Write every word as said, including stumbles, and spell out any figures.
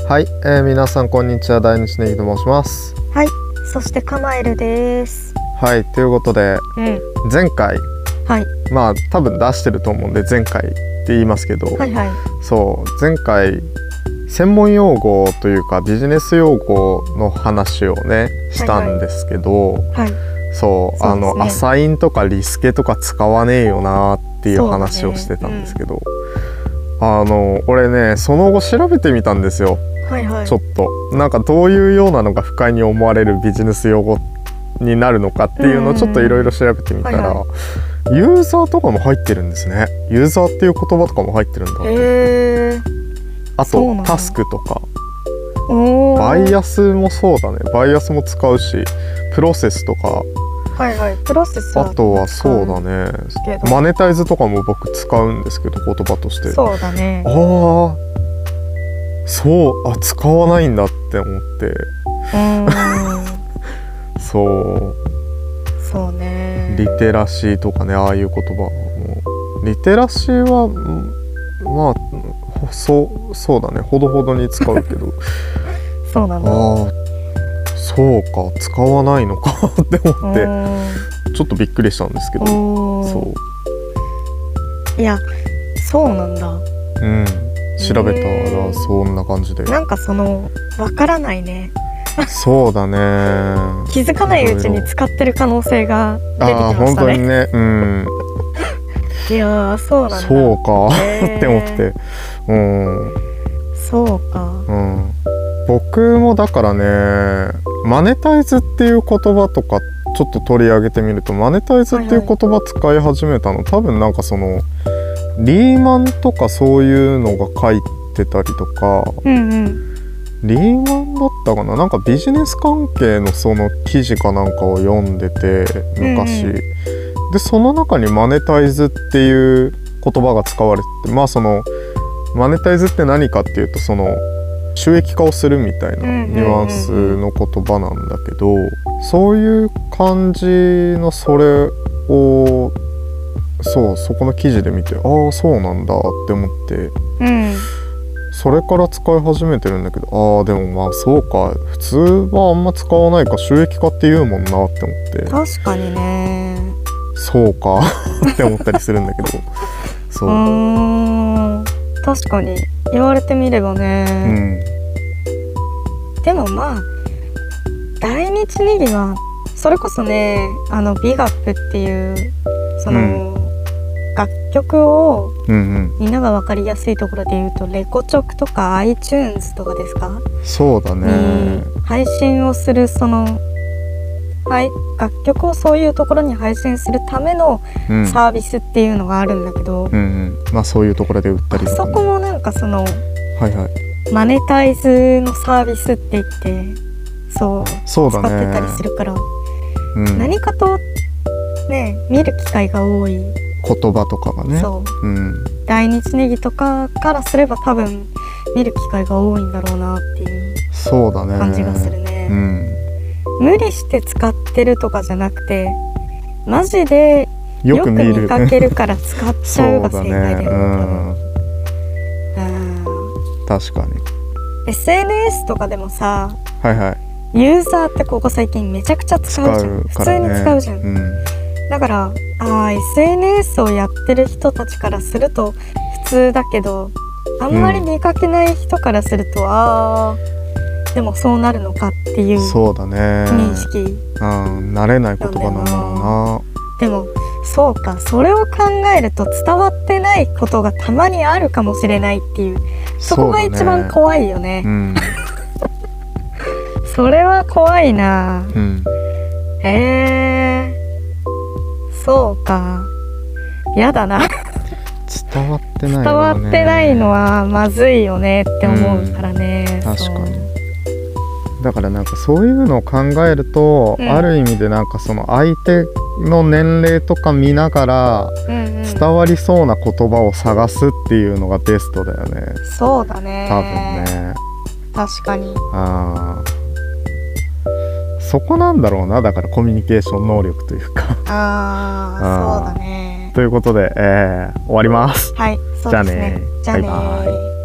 はい、えー、皆さんこんにちは。大日ネギと申します。 はい、そしてカマエルです。 はい、ということで、うん、前回、 はい、 まあ多分出してると思うんで前回って言いますけど、 はいはい、 そう前回専門用語というかビジネス用語の話をねしたんですけど、はいはい、 そう、そうですね、あのアサインとかリスケとか使わねえよなっていう話をしてたんですけど、ね、うん、あの俺ねその後調べてみたんですよ。はいはい、ちょっとなんかどういうようなのが不快に思われるビジネス用語になるのかっていうのをちょっといろいろ調べてみたら、はいはい、ユーザーとかも入ってるんですね。ユーザーっていう言葉とかも入ってるんだ。 へー。 あとタスクとかバイアスもそうだね。バイアスも使うしプロセスとか、 はいはい、プロセスはあとはそうだねマネタイズとかも僕使うんですけど言葉として。 そうだね。 ああそうあ使わないんだって思って。うーんそうそうね。 リテラシーとかね、ああいう言葉もリテラシーはまあそうそうだね、ほどほどに使うけどそうなんだ。 ああそうか使わないのかって思ってちょっとびっくりしたんですけど。そういやそうなんだ。 うん調べたらそんな感じで、 なんかそのわからないねそうだね気づかないうちに使ってる可能性が出てきましたね。あ本当にね、うんいやそうなんだ。 そうかって思って、うん、 そうか、 うん、僕もだからねマネタイズっていう言葉とかちょっと取り上げてみると、マネタイズっていう言葉使い始めたの、はいはい、多分なんかそのリーマンとかそういうのが書いてたりとか、うんうん、リーマンだったかな、なんかビジネス関係のその記事かなんかを読んでて昔、うんうん、でその中にマネタイズっていう言葉が使われてて、まあそのマネタイズって何かっていうとその収益化をするみたいなニュアンスの言葉なんだけど、そういう感じのそれをそうそこの記事で見て、ああそうなんだって思って、うん、それから使い始めてるんだけど、ああでもまあそうか普通はあんま使わないか収益化って言うもんなって思って、 確かにねそうかって思ったりするんだけどそううーん確かに言われてみればね、うん、でもまあ大日ネギはそれこそねあのビガップっていうその、うん、楽曲をみんなが分かりやすいところで言うと、うんうん、レコチョクとか iTunes とかですか、 そうだね配信をするその、はい、楽曲をそういうところに配信するためのサービスっていうのがあるんだけど、 うんうんうん、まあそういうところで売ったりとか、ね、 あそこもなんかその、 はいはい、 マネタイズのサービスって言ってそう、 そうだね、 使ってたりするから、 うん、 何かとね見る機会が多い言葉とかがね、 そう、 うん、 大日ネギとかからすれば多分見る機会が多いんだろうなっていう感じがするね。 うん、 無理して使ってるとかじゃなくてマジでよく見かけるから使っちゃうが正解だよね。うん、 確かにエスエヌエス とかでもさ、 はいはい、 ユーザーってここ最近めちゃくちゃ使うじゃん、ね、普通に使うじゃん、うん、だからあ エスエヌエス をやってる人たちからすると普通だけどあんまり見かけない人からすると、うん、あーでもそうなるのかっていうそうだね認識、 うん、慣れない言葉なんだろうな。 でもそうかそれを考えると伝わってないことがたまにあるかもしれないっていうそこが一番怖いよね。 そ,、うん、それは怖いな、うん、へえそうかやだな伝わってないのはね、 伝わってないのはまずいよねって思うからね、 うん、確かにだからなんかそういうのを考えると、うん、ある意味でなんかその相手の年齢とか見ながら伝わりそうな言葉を探すっていうのがベストだよね。 そうだね多分ね確かにあそこなんだろうな、だからコミュニケーション能力というかああそうだねということで、えー、終わります。 はいそうですね、 じゃあねじゃあねバイバイ。